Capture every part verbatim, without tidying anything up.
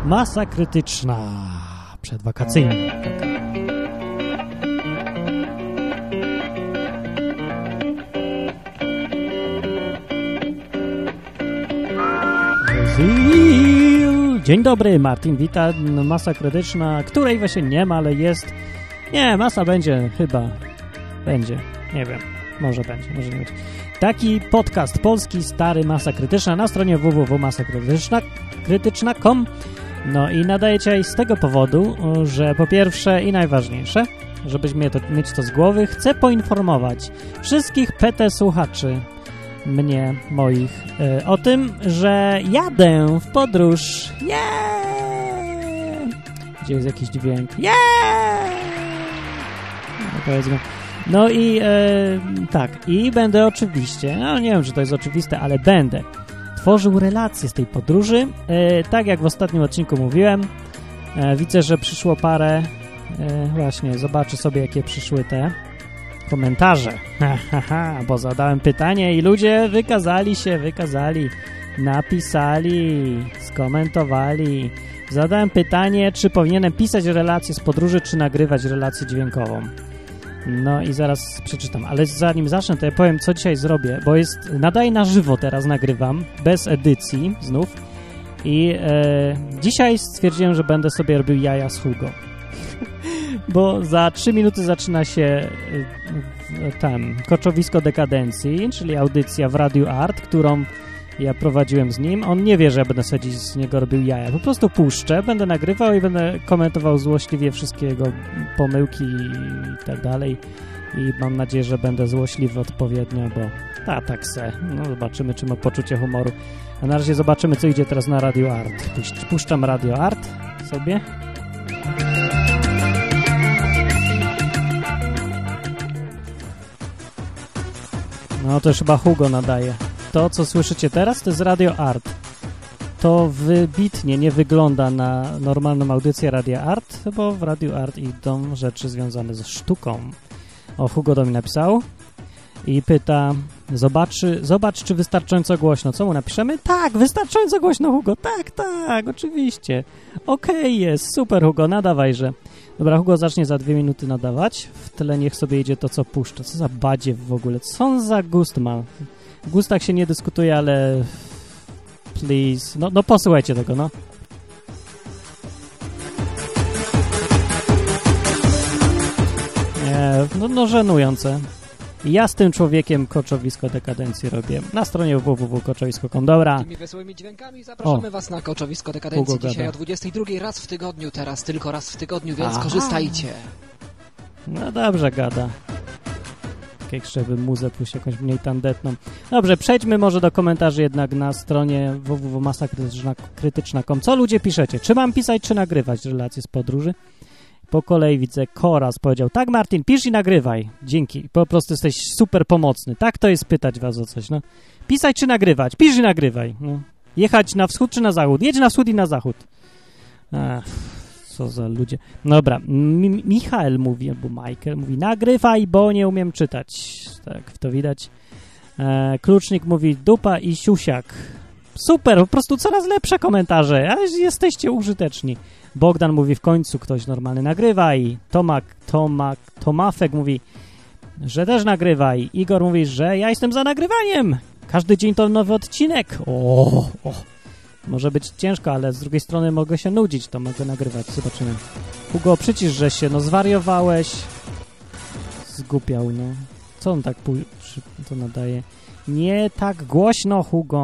Masa krytyczna przedwakacyjna. Dzień dobry, Martin, witam. Masa krytyczna, której właśnie nie ma, ale jest. Nie, masa będzie, chyba. Będzie, nie wiem. Może będzie, może nie będzie. Taki podcast polski, stary, Masa Krytyczna na stronie w w w kropka masa krytyczna kropka com. No i nadaję Cię z tego powodu, że po pierwsze i najważniejsze, żebyś mieć to, mieć to z głowy, chcę poinformować wszystkich P T słuchaczy, mnie, moich, y, o tym, że jadę w podróż. Yeah! Gdzie jest jakiś dźwięk? Yeah! No, powiedzmy. No i e, tak, i będę oczywiście, no nie wiem, czy to jest oczywiste, ale będę tworzył relacje z tej podróży. E, tak jak w ostatnim odcinku mówiłem, e, widzę, że przyszło parę, e, właśnie, zobaczę sobie, jakie przyszły te komentarze. Ha, ha, ha, bo zadałem pytanie i ludzie wykazali się, wykazali, napisali, skomentowali. Zadałem pytanie, czy powinienem pisać relacje z podróży, czy nagrywać relację dźwiękową. No i zaraz przeczytam, ale zanim zacznę, to ja powiem, co dzisiaj zrobię, bo jest, nadaję na żywo teraz, nagrywam, bez edycji znów i e, dzisiaj stwierdziłem, że będę sobie robił jaja z Hugo, bo za trzy minuty zaczyna się e, tam Koczowisko Dekadencji, czyli audycja w Radiu Art, którą ja prowadziłem z nim. On nie wie, że ja będę sobie z niego robił jaja. Po prostu puszczę, będę nagrywał i będę komentował złośliwie wszystkie jego pomyłki i tak dalej. I mam nadzieję, że będę złośliwy odpowiednio, bo ta, tak se. No zobaczymy, czy ma poczucie humoru. A na razie zobaczymy, co idzie teraz na Radio Art. Puś- puszczam Radio Art sobie. No to już chyba Hugo nadaje. To, co słyszycie teraz, to jest Radio Art. To wybitnie nie wygląda na normalną audycję Radia Art, bo w Radiu Art idą rzeczy związane ze sztuką. O, Hugo do mnie napisał i pyta, zobaczy, zobacz, czy wystarczająco głośno. Co mu napiszemy? Tak, wystarczająco głośno, Hugo. Tak, tak, oczywiście. Okej, okay, jest, super, Hugo, nadawajże. Dobra, Hugo zacznie za dwie minuty nadawać. W tle niech sobie idzie to, co puszcza. Co za badziew w ogóle? Co on za gust ma? W gustach się nie dyskutuje, ale please, no, no posłuchajcie tego, no. Nie, no, no żenujące. Ja z tym człowiekiem Koczowisko Dekadencji robię na stronie w w w kropka koczowisko kropka com. Dobra. Tymi wesołymi dźwiękami zapraszamy o. Was na Koczowisko Dekadencji. Hugo dzisiaj gada. o dwudziestej drugiej raz w tygodniu, teraz tylko raz w tygodniu, więc Aha. korzystajcie. No dobrze gada. Jak jeszcze by muzę pójść jakąś mniej tandetną. Dobrze, przejdźmy może do komentarzy jednak na stronie w w w kropka masa krytyczna kropka com. Co ludzie piszecie? Czy mam pisać, czy nagrywać relacje z podróży? Po kolei widzę, Koraz powiedział, tak Martin, pisz i nagrywaj. Dzięki, po prostu jesteś super pomocny. Tak to jest pytać was o coś, no. Pisać czy nagrywać? Pisz i nagrywaj. No. Jechać na wschód czy na zachód? Jedź na wschód i na zachód. Ach, co za ludzie. Dobra, M- Michael mówi, albo Michael mówi, nagrywaj, bo nie umiem czytać. Tak, to widać. E, Klucznik mówi, dupa i siusiak. Super, po prostu coraz lepsze komentarze, ale jesteście użyteczni. Bogdan mówi, w końcu ktoś normalny nagrywaj. Tomak, Tomak, Tomafek mówi, że też nagrywaj. Igor mówi, że ja jestem za nagrywaniem. Każdy dzień to nowy odcinek. O, o. Może być ciężko, ale z drugiej strony mogę się nudzić, to mogę nagrywać. Zobaczymy. Hugo, przycisz, że się, no zwariowałeś. Zgupiał, no. Co on tak pój- to nadaje? Nie tak głośno, Hugo.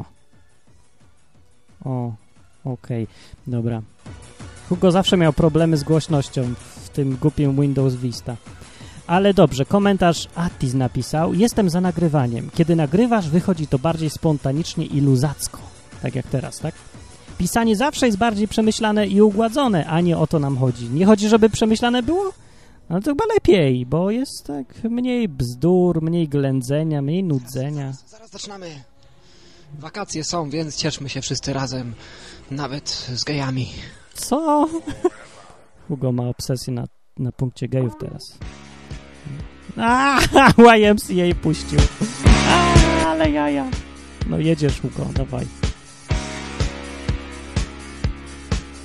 O, okej, okay. Dobra. Hugo zawsze miał problemy z głośnością w tym głupim Windows Vista. Ale dobrze, komentarz Atis napisał, jestem za nagrywaniem. Kiedy nagrywasz, wychodzi to bardziej spontanicznie i luzacko. Tak jak teraz, tak? Pisanie zawsze jest bardziej przemyślane i ugładzone, a nie o to nam chodzi. Nie chodzi, żeby przemyślane było? Ale to chyba lepiej, bo jest tak mniej bzdur, mniej ględzenia, mniej nudzenia. Zaraz, zaraz zaczynamy. Wakacje są, więc cieszmy się wszyscy razem, nawet z gejami. Co? Hugo ma obsesję na, na punkcie gejów teraz. A, Y M C A puścił. A, ale jaja. No jedziesz, Hugo, dawaj.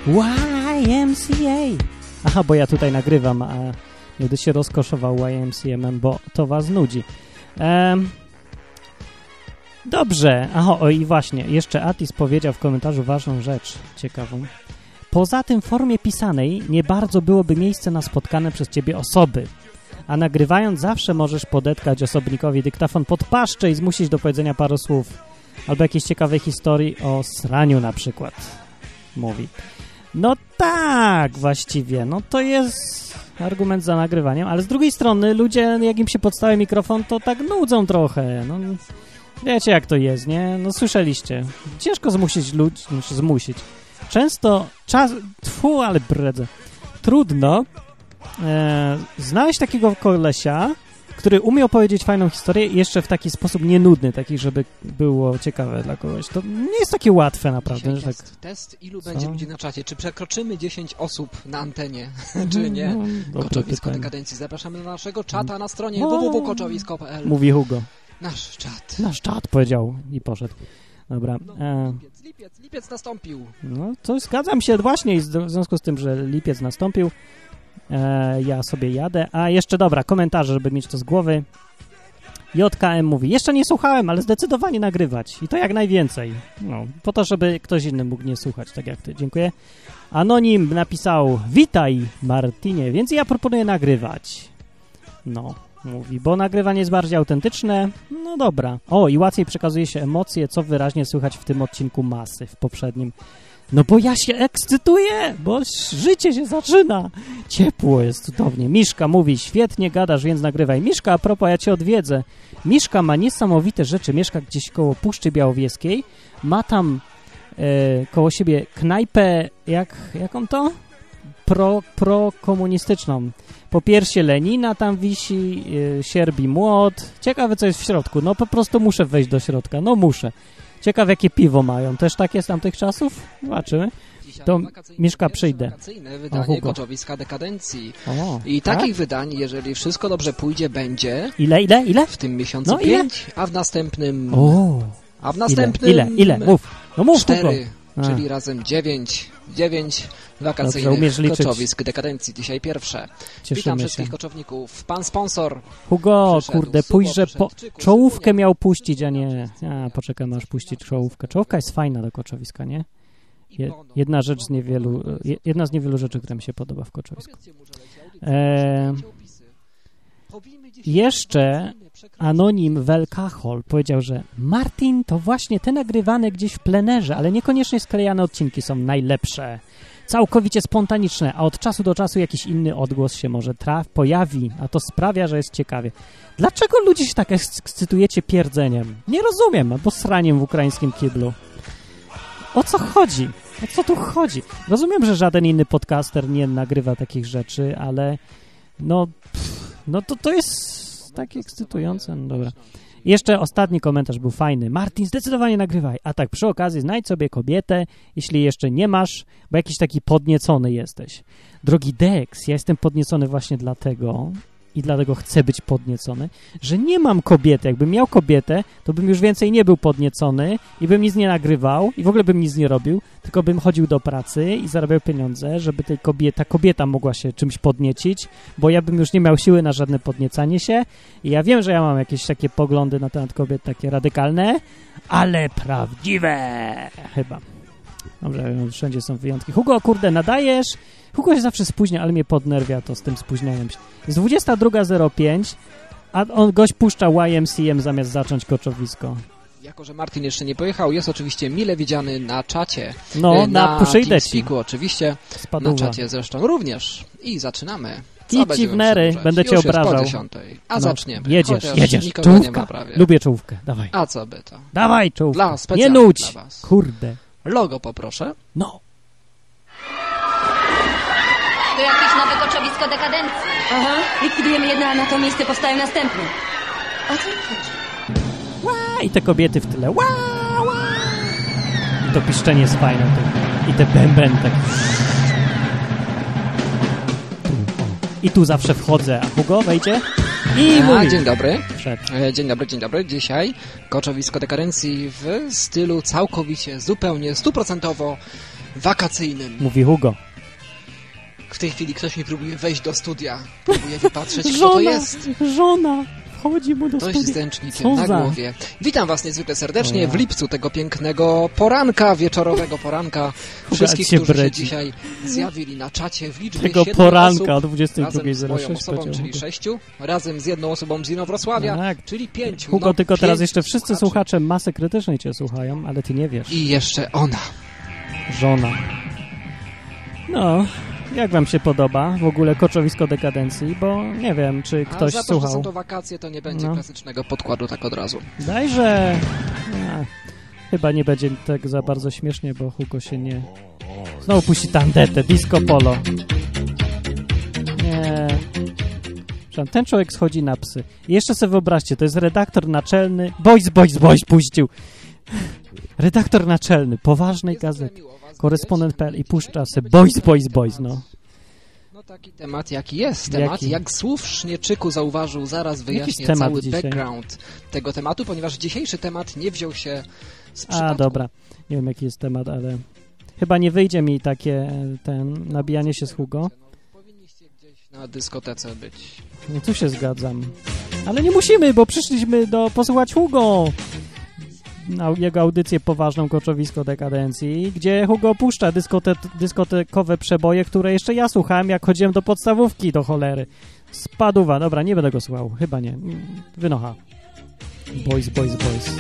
Y M C A. Aha, bo ja tutaj nagrywam, a nie będę się rozkoszował Y M C A-em, bo to was nudzi. Um, dobrze. Aha, o i właśnie, jeszcze Atis powiedział w komentarzu ważną rzecz ciekawą. Poza tym w formie pisanej nie bardzo byłoby miejsce na spotkane przez ciebie osoby. A nagrywając zawsze możesz podetkać osobnikowi dyktafon pod paszczę i zmusić do powiedzenia paru słów. Albo jakiejś ciekawej historii o sraniu na przykład. Mówi. No tak, właściwie. No to jest argument za nagrywaniem, ale z drugiej strony ludzie, jak im się podstawia mikrofon, to tak nudzą trochę. No, wiecie jak to jest, nie? No słyszeliście. Ciężko zmusić ludzi, znaczy zmusić. Często czas... Tfu, ale bredzę. Trudno e, znaleźć takiego kolesia, który umie opowiedzieć fajną historię i jeszcze w taki sposób nienudny, taki, żeby było ciekawe dla kogoś. To nie jest takie łatwe naprawdę. Że test, tak... test, ilu Co? będzie ludzi na czacie. Czy przekroczymy dziesięć osób na antenie, czy nie? No, Koczowisko Dekadencji. Zapraszamy do naszego czata na stronie no. w w w kropka koczowisko kropka p l. Mówi Hugo. Nasz czat. Nasz czat powiedział i poszedł. Dobra. E, Lipiec, lipiec, lipiec nastąpił. no to zgadzam się właśnie i w związku z tym, że lipiec nastąpił, e, ja sobie jadę. A jeszcze dobra, komentarze, żeby mieć to z głowy. J K M mówi, jeszcze nie słuchałem, ale zdecydowanie nagrywać. I to jak najwięcej. No, po to, żeby ktoś inny mógł nie słuchać, tak jak ty. Dziękuję. Anonim napisał, witaj Martinie, więc ja proponuję nagrywać. No, mówi, bo nagrywanie jest bardziej autentyczne. No dobra. O, i łatwiej przekazuje się emocje, co wyraźnie słychać w tym odcinku Masy, w poprzednim. No bo ja się ekscytuję, bo życie się zaczyna. Ciepło jest cudownie. Miszka mówi, świetnie gadasz, więc nagrywaj. Miszka, a propos, ja cię odwiedzę. Miszka ma niesamowite rzeczy. Mieszka gdzieś koło Puszczy Białowieskiej. Ma tam e, koło siebie knajpę, jak, jaką to? Pro, prokomunistyczną. Po piersie Lenina tam wisi, e, sierbi młot. Ciekawe, co jest w środku. No po prostu muszę wejść do środka. No muszę. Ciekawe, jakie piwo mają. Też takie z tamtych czasów? Zobaczymy. To Mieszka, przyjdę. Wakacyjne wydanie o, Koczowiska Dekadencji. O, I tak? takich wydań, jeżeli wszystko dobrze pójdzie, będzie... Ile, ile, ile? W tym miesiącu no, pięć, a w następnym... O, a w następnym... Ile, ile? ile? Mów. No mów, cztery, a. czyli razem dziewięć. dziewięć wakacyjnych Koczowisk Dekadencji. Dzisiaj pierwsze. Cieszymy Witam się. wszystkich koczowników. Pan sponsor. Hugo, przyszedł. kurde, Subo pójdź, że po... przyszedł. czołówkę miał puścić, a nie... A, poczekamy, aż puścić czołówkę. Czołówka jest fajna do Koczowiska, nie? Je, jedna rzecz z niewielu... Jedna z niewielu rzeczy, która mi się podoba w Koczowisku. Eee, jeszcze Anonim Welkachol powiedział, że Martin, to właśnie te nagrywane gdzieś w plenerze, ale niekoniecznie sklejane odcinki są najlepsze. Całkowicie spontaniczne, a od czasu do czasu jakiś inny odgłos się może traf, pojawi, a to sprawia, że jest ciekawie. Dlaczego ludzie się tak ekscytujecie pierdzeniem? Nie rozumiem, albo sraniem w ukraińskim kiblu. O co chodzi? O co tu chodzi? Rozumiem, że żaden inny podcaster nie nagrywa takich rzeczy, ale no, pff, no to, to jest takie ekscytujące. No dobra. Jeszcze ostatni komentarz był fajny. Martin, zdecydowanie nagrywaj. A tak przy okazji znajdź sobie kobietę, jeśli jeszcze nie masz, bo jakiś taki podniecony jesteś. Drogi Dex, ja jestem podniecony właśnie dlatego i dlatego chcę być podniecony, że nie mam kobiety. Jakbym miał kobietę, to bym już więcej nie był podniecony i bym nic nie nagrywał i w ogóle bym nic nie robił, tylko bym chodził do pracy i zarabiał pieniądze, żeby tej kobieta, ta kobieta mogła się czymś podniecić, bo ja bym już nie miał siły na żadne podniecanie się i ja wiem, że ja mam jakieś takie poglądy na temat kobiet, takie radykalne, ale prawdziwe chyba. Dobrze, wszędzie są wyjątki. Hugo, kurde, nadajesz? Hugo się zawsze spóźnia, ale mnie podnerwia to z tym spóźnianiem się. Jest dwudziesta druga zero pięć, a on gość puszcza Y M C A zamiast zacząć Koczowisko. Jako że Martin jeszcze nie pojechał, jest oczywiście mile widziany na czacie. No, na, na przyjdę ci. oczywiście. Spadła. Na czacie zresztą również. I zaczynamy. I ci w nery, będę cię Już obrażał. Jest po dziesiątej. A no, zaczniemy. Jedziesz, Chociaż jedziesz. Czołówka? Lubię czołówkę, dawaj. A co by to? Dawaj czołówkę. Dla nie specjalnie nudź. dla was. Kurde. Logo poproszę. No. To jakieś nowe Koczowisko Dekadencji. Aha, likwidujemy jedno, a na to miejsce powstają następne. O co chodzi? Ła, i te kobiety w tyle. Ła, ła. I to piszczenie jest fajne. To, I te bęben tak. Tu, o. I tu zawsze wchodzę. A Hugo wejdzie? I A, mówi. dzień dobry. Wszedł. E, Dzień dobry, dzień dobry. Dzisiaj Koczowisko Dekadencji w stylu całkowicie, zupełnie, stuprocentowo wakacyjnym. Mówi Hugo. W tej chwili ktoś mi próbuje wejść do studia. Próbuje wypatrzeć, kto Żona, to jest. żona. Wchodzi mu do Dość studia. z ręcznikiem Co na za? głowie. Witam was niezwykle serdecznie O. w lipcu tego pięknego poranka, wieczorowego poranka. Wszystkich, się którzy się breci. dzisiaj zjawili na czacie w liczbie Tego siedmiu poranka o osób, dwudziestej razem drugiej z zero moją sześć osobą, powiedział czyli Hugo. sześciu, razem z jedną osobą z Inowrocławia, Tak. czyli pięciu. Hugo, no, tylko teraz pięć jeszcze wszyscy słuchaczy. słuchacze Masy Krytycznej cię słuchają, ale ty nie wiesz. I jeszcze ona. Żona. No, jak wam się podoba w ogóle Koczowisko Dekadencji? Bo nie wiem, czy A ktoś za to, że słuchał. są to wakacje, to nie będzie No. klasycznego podkładu tak od razu. Dajże. A, chyba nie będzie tak za bardzo śmiesznie, bo Hugo się nie... Znowu puści tandetę, disco polo. Nie. Przepraszam, ten człowiek schodzi na psy. I jeszcze sobie wyobraźcie, to jest redaktor naczelny... Boys, boys, boys puścił. Redaktor naczelny poważnej gazety. Korespondent kropka p l i puszcza sobie boys, boys, boys, no. No taki temat jaki jest. Temat, Jaki? jak słusznie Czyku zauważył, zaraz wyjaśnię temat cały dzisiaj? background tego tematu, ponieważ dzisiejszy temat nie wziął się z przypadku. A, dobra. Nie wiem, jaki jest temat, ale chyba nie wyjdzie mi takie ten nabijanie się z Hugo. No, powinniście gdzieś na dyskotece być. No tu się zgadzam. Ale nie musimy, bo przyszliśmy do posłuchać Hugo. Na jego audycję poważną Koczowisko Dekadencji, gdzie Hugo puszcza dyskote dyskotekowe przeboje, które jeszcze ja słuchałem, jak chodziłem do podstawówki, do cholery. Spaduwa. Dobra, nie będę go słuchał. Chyba nie. Wynocha. Boys, boys, boys.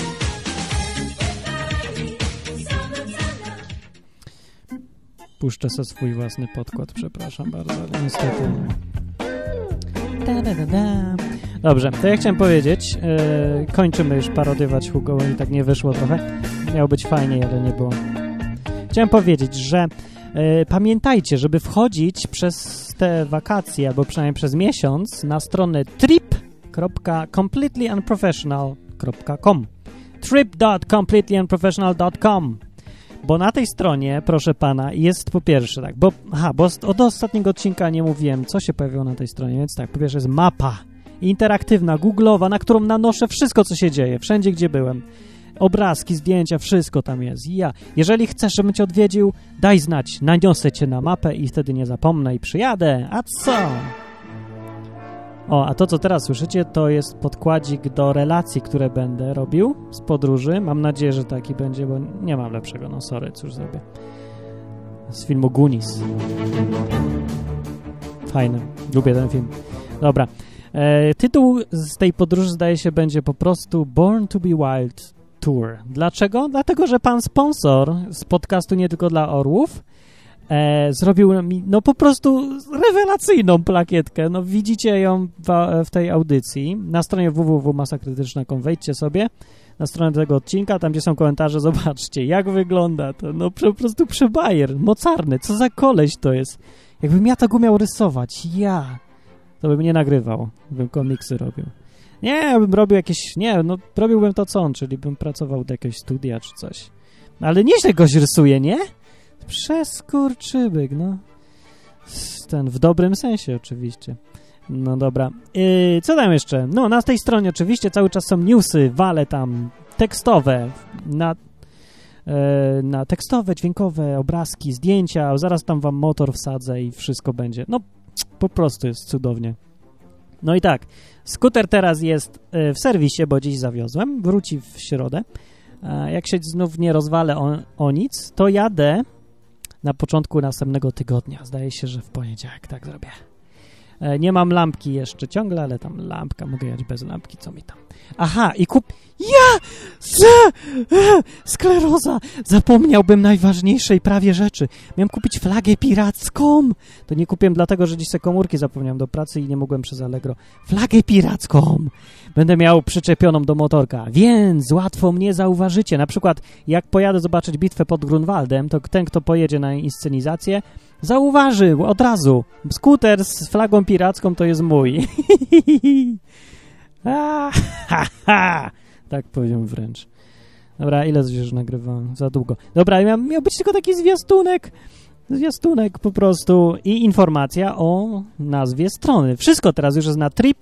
Puszczę sobie swój własny podkład, przepraszam bardzo, ale niestety... Da, da, da, da. Dobrze, to ja chciałem powiedzieć, yy, kończymy już parodiować Hugo, bo i tak nie wyszło trochę. Miało być fajniej, ale nie było. Chciałem powiedzieć, że yy, pamiętajcie, żeby wchodzić przez te wakacje, albo przynajmniej przez miesiąc, na stronę trip kropka completely unprofessional kropka com trip kropka completely unprofessional kropka com. Bo na tej stronie, proszę pana, jest po pierwsze tak, bo, aha, bo od ostatniego odcinka nie mówiłem, co się pojawiło na tej stronie, więc tak, po pierwsze jest mapa interaktywna, googlowa, na którą nanoszę wszystko, co się dzieje, wszędzie, gdzie byłem. Obrazki, zdjęcia, wszystko tam jest. I ja, jeżeli chcesz, żebym cię odwiedził, daj znać, naniosę cię na mapę i wtedy nie zapomnę i przyjadę. A co? O, a to, co teraz słyszycie, to jest podkładzik do relacji, które będę robił z podróży. Mam nadzieję, że taki będzie, bo nie mam lepszego. No sorry, cóż zrobię. Z filmu Goonies. Fajny. Lubię ten film. Dobra. E, tytuł z tej podróży, zdaje się, będzie po prostu Born to be Wild Tour. Dlaczego? Dlatego, że pan sponsor z podcastu Nie Tylko dla Orłów E, zrobił mi, no po prostu rewelacyjną plakietkę. No widzicie ją w, w tej audycji. Na stronie w w w kropka masa krytyczna kropka com wejdźcie sobie na stronę tego odcinka, tam gdzie są komentarze, zobaczcie, jak wygląda to. No po prostu przebajer, mocarny. Co za koleś to jest. Jakbym ja tak umiał rysować, ja, to bym nie nagrywał, bym komiksy robił. Nie, ja bym robił jakieś, nie, no robiłbym to co on, czyli bym pracował do jakiegoś studia czy coś. Ale nieźle goś rysuje, nie? Przeskurczybyk, no. Ten w dobrym sensie oczywiście. No dobra. Yy, co tam jeszcze? No, na tej stronie oczywiście cały czas są newsy, wale tam tekstowe, na, yy, na tekstowe, dźwiękowe, obrazki, zdjęcia, zaraz tam wam motor wsadzę i wszystko będzie. No, po prostu jest cudownie. No i tak, skuter teraz jest yy, w serwisie, bo dziś zawiozłem, wróci w środę. Yy, jak się znów nie rozwalę o, o nic, to jadę na początku następnego tygodnia. Zdaje się, że w poniedziałek tak zrobię. E, nie mam lampki jeszcze ciągle, ale tam lampka, mogę jechać bez lampki, co mi tam. Aha, i kup... Ja! Z... E, skleroza! Zapomniałbym najważniejszej prawie rzeczy. Miałem kupić flagę piracką. To nie kupiłem dlatego, że dziś se komórki zapomniałem do pracy i nie mogłem przez Allegro. Flagę piracką! Będę miał przyczepioną do motorka, więc łatwo mnie zauważycie. Na przykład, jak pojadę zobaczyć bitwę pod Grunwaldem, to ten, kto pojedzie na inscenizację, zauważył od razu. Skuter z flagą piracką to jest mój. A, ha, ha. Tak powiem wręcz. Dobra, ile coś już nagrywałem? Za długo. Dobra, miał, miał być tylko taki zwiastunek. Zwiastunek po prostu i informacja o nazwie strony. Wszystko teraz już jest na trip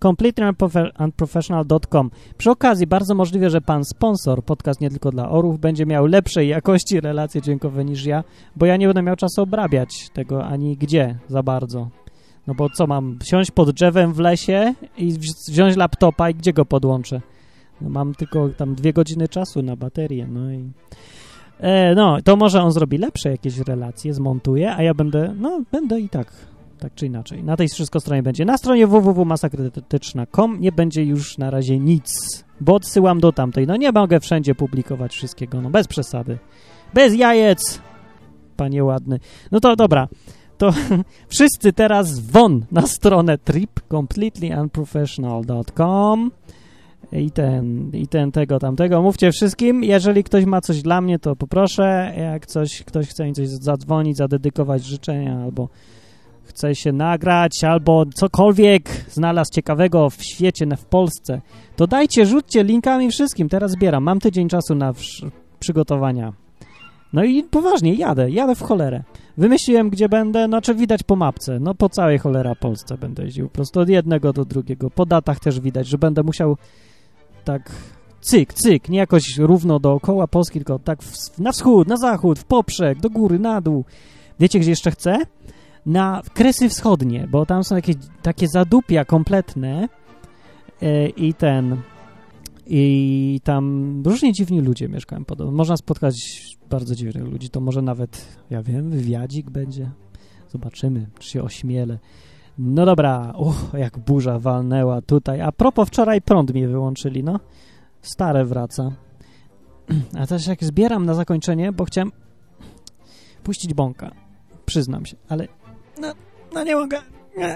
completely unprofessional dot com. Przy okazji, bardzo możliwe, że pan sponsor, podcast nie tylko dla orłów, będzie miał lepszej jakości relacje dźwiękowe niż ja, bo ja nie będę miał czasu obrabiać tego ani gdzie za bardzo. No bo co, mam siąść pod drzewem w lesie i wziąć laptopa i gdzie go podłączę? No mam tylko tam dwie godziny czasu na baterię, no i... E, no, to może on zrobi lepsze jakieś relacje, zmontuje, a ja będę, no, będę i tak, tak czy inaczej. Na tej wszystko stronie będzie. Na stronie w w w kropka masa krytyczna kropka com nie będzie już na razie nic, bo odsyłam do tamtej. No nie mogę wszędzie publikować wszystkiego, no bez przesady. Bez jajec, panie ładny. No to dobra, to wszyscy teraz won na stronę trip completely unprofessional dot com i ten, i ten, tego, tamtego. Mówcie wszystkim. Jeżeli ktoś ma coś dla mnie, to poproszę. Jak coś, ktoś chce mi coś zadzwonić, zadedykować życzenia, albo chce się nagrać, albo cokolwiek znalazł ciekawego w świecie, w Polsce, to dajcie, rzućcie linkami wszystkim. Teraz zbieram. Mam tydzień czasu na wsz- przygotowania. No i poważnie, jadę. Jadę w cholerę. Wymyśliłem, gdzie będę, no czy widać po mapce. No po całej cholera Polsce będę jeździł. Po prostu od jednego do drugiego. Po datach też widać, że będę musiał tak cyk, cyk, nie jakoś równo dookoła Polski, tylko tak w, na wschód, na zachód, w poprzek, do góry, na dół. Wiecie, gdzie jeszcze chcę? Na Kresy Wschodnie, bo tam są jakieś takie zadupia kompletne yy, i ten... I tam różnie dziwni ludzie mieszkają podobno. Można spotkać bardzo dziwnych ludzi. To może nawet, ja wiem, wywiadzik będzie. Zobaczymy, czy się ośmielę. No dobra, uch, jak burza walnęła tutaj. A propos, wczoraj prąd mi wyłączyli, no. Stare wraca. A też jak zbieram na zakończenie, bo chciałem puścić bąka. Przyznam się, ale no, no nie mogę.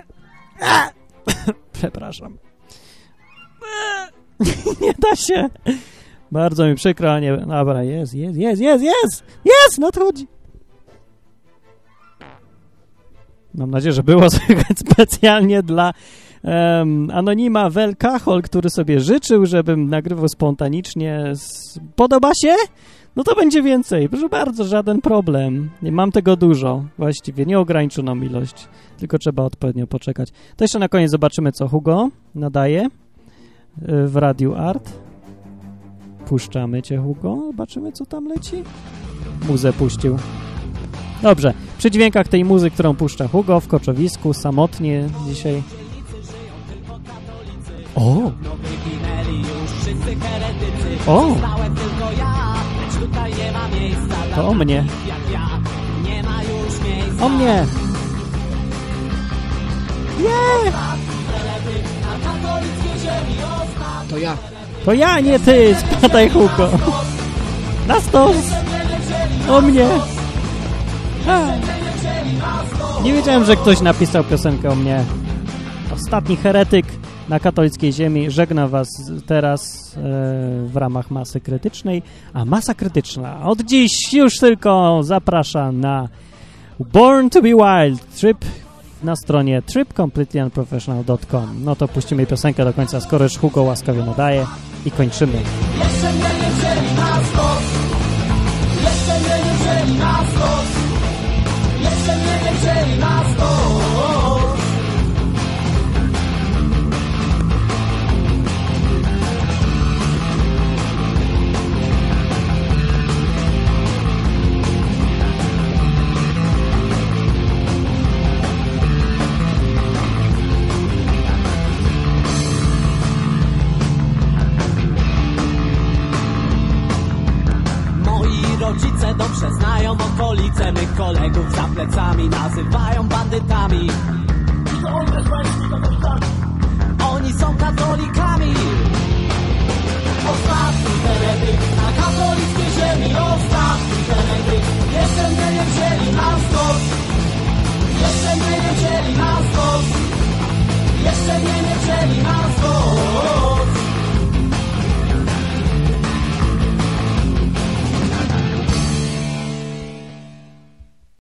Przepraszam. Nie da się. Bardzo mi przykro, ale nie... Dobra, jest, jest, jest, jest, jest! Jest! Nadchodzi! Mam nadzieję, że było słychać specjalnie dla um, Anonima Welkachol, który sobie życzył, żebym nagrywał spontanicznie. Podoba się? No to będzie więcej. Proszę bardzo, żaden problem. Nie mam tego dużo. Właściwie nieograniczoną ilość. Tylko trzeba odpowiednio poczekać. To jeszcze na koniec zobaczymy, co Hugo nadaje w Radiu Art. Puszczamy cię, Hugo. Zobaczymy, co tam leci. Muzę puścił. Dobrze. Przy dźwiękach tej muzy, którą puszcza Hugo w koczowisku, samotnie dzisiaj. O! O! To o mnie. O mnie! Nie! To ja. To ja, nie ty! Spadaj, Hugo! Na stos! O mnie! A. Nie wiedziałem, że ktoś napisał piosenkę o mnie. Ostatni heretyk na katolickiej ziemi żegna was teraz e, w ramach Masy Krytycznej, a Masa Krytyczna od dziś już tylko zaprasza na Born to be Wild trip na stronie trip completely unprofessional dot com. No to puścimy piosenkę do końca, skoro już Hugo łaskawie nadaje i kończymy. Jeszcze mnie nie wzięli na skos. Jeszcze mnie nie wzięli na skos. Jeszcze mnie nie wzięli na skos. Rodzice dobrze znają okolice mych kolegów, za plecami nazywają bandytami. Oni są katolikami. Ostatni